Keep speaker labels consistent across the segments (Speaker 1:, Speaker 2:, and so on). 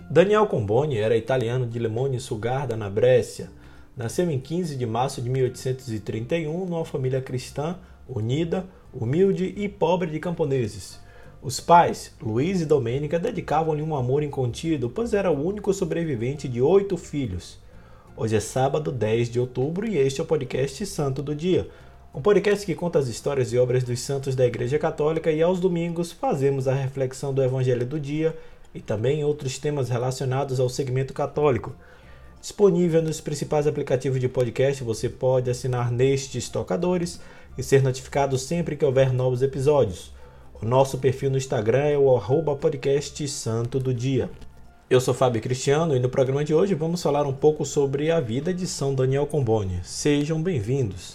Speaker 1: Daniel Comboni era italiano de Lemone Sugarda, na Brescia. Nasceu em 15 de março de 1831 numa família cristã, unida, humilde e pobre de camponeses. Os pais, Luiz e Domenica, dedicavam-lhe um amor incontido, pois era o único sobrevivente de 8 filhos. Hoje é sábado, 10 de outubro, e este é o podcast Santo do Dia, um podcast que conta as histórias e obras dos santos da Igreja Católica, e aos domingos fazemos a reflexão do Evangelho do Dia e também outros temas relacionados ao segmento católico. Disponível nos principais aplicativos de podcast, você pode assinar nestes tocadores e ser notificado sempre que houver novos episódios. O nosso perfil no Instagram é o @podcast Santo do Dia. Eu sou Fábio Cristiano e no programa de hoje vamos falar um pouco sobre a vida de São Daniel Comboni. Sejam bem-vindos!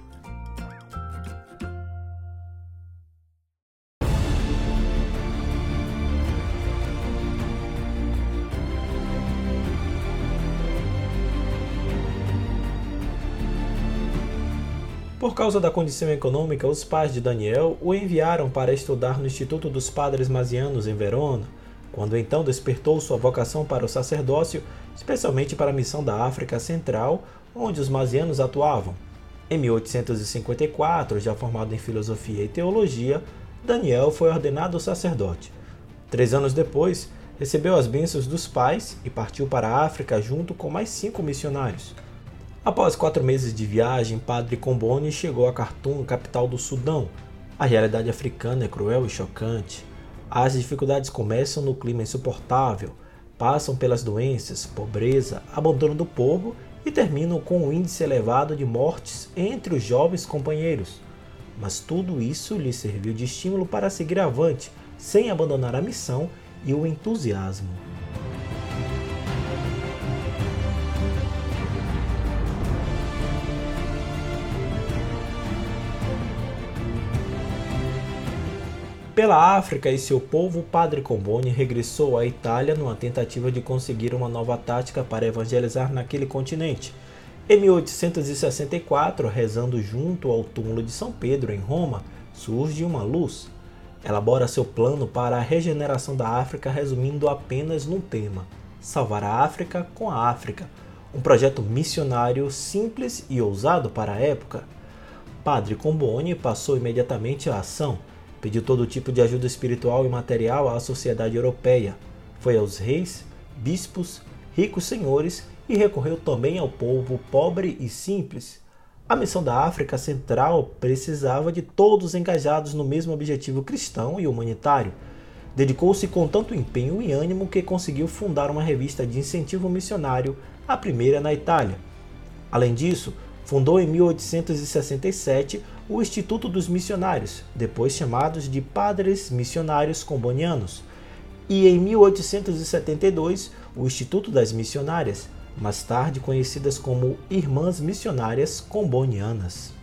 Speaker 1: Por causa da condição econômica, os pais de Daniel o enviaram para estudar no Instituto dos Padres Mazianos em Verona, quando então despertou sua vocação para o sacerdócio, especialmente para a missão da África Central, onde os mazianos atuavam. Em 1854, já formado em filosofia e teologia, Daniel foi ordenado sacerdote. 3 anos depois, recebeu as bênçãos dos pais e partiu para a África junto com mais 5 missionários. Após 4 meses de viagem, Padre Comboni chegou a Khartoum, capital do Sudão. A realidade africana é cruel e chocante. As dificuldades começam no clima insuportável, passam pelas doenças, pobreza, abandono do povo e terminam com um índice elevado de mortes entre os jovens companheiros. Mas tudo isso lhe serviu de estímulo para seguir avante, sem abandonar a missão e o entusiasmo. Pela África e seu povo, Padre Comboni regressou à Itália numa tentativa de conseguir uma nova tática para evangelizar naquele continente. Em 1864, rezando junto ao túmulo de São Pedro, em Roma, surge uma luz. Elabora seu plano para a regeneração da África, resumindo apenas num tema: salvar a África com a África. Um projeto missionário simples e ousado para a época. Padre Comboni passou imediatamente à ação. Pediu todo tipo de ajuda espiritual e material à sociedade europeia. Foi aos reis, bispos, ricos senhores e recorreu também ao povo pobre e simples. A missão da África Central precisava de todos engajados no mesmo objetivo cristão e humanitário. Dedicou-se com tanto empenho e ânimo que conseguiu fundar uma revista de incentivo missionário, a primeira na Itália. Além disso, fundou em 1867 o Instituto dos Missionários, depois chamados de Padres Missionários Combonianos, e em 1872 o Instituto das Missionárias, mais tarde conhecidas como Irmãs Missionárias Combonianas.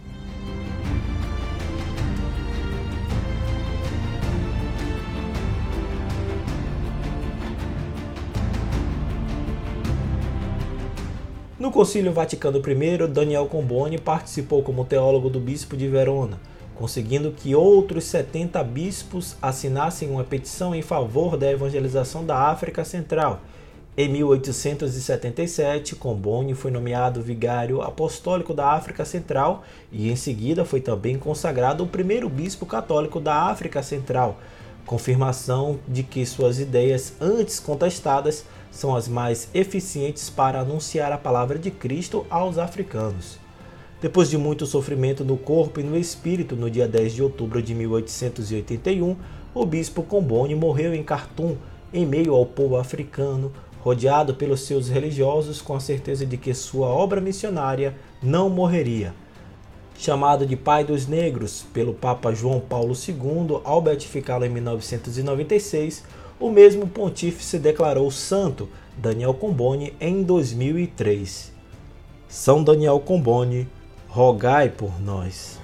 Speaker 1: No Concílio Vaticano I, Daniel Comboni participou como teólogo do bispo de Verona, conseguindo que outros 70 bispos assinassem uma petição em favor da evangelização da África Central. Em 1877, Comboni foi nomeado vigário apostólico da África Central e em seguida foi também consagrado o primeiro bispo católico da África Central, confirmação de que suas ideias antes contestadas são as mais eficientes para anunciar a palavra de Cristo aos africanos. Depois de muito sofrimento no corpo e no espírito, no dia 10 de outubro de 1881, o bispo Comboni morreu em Khartoum, em meio ao povo africano, rodeado pelos seus religiosos, com a certeza de que sua obra missionária não morreria. Chamado de Pai dos Negros pelo Papa João Paulo II, ao beatificá-lo em 1996, o mesmo pontífice declarou santo Daniel Comboni em 2003. São Daniel Comboni, rogai por nós.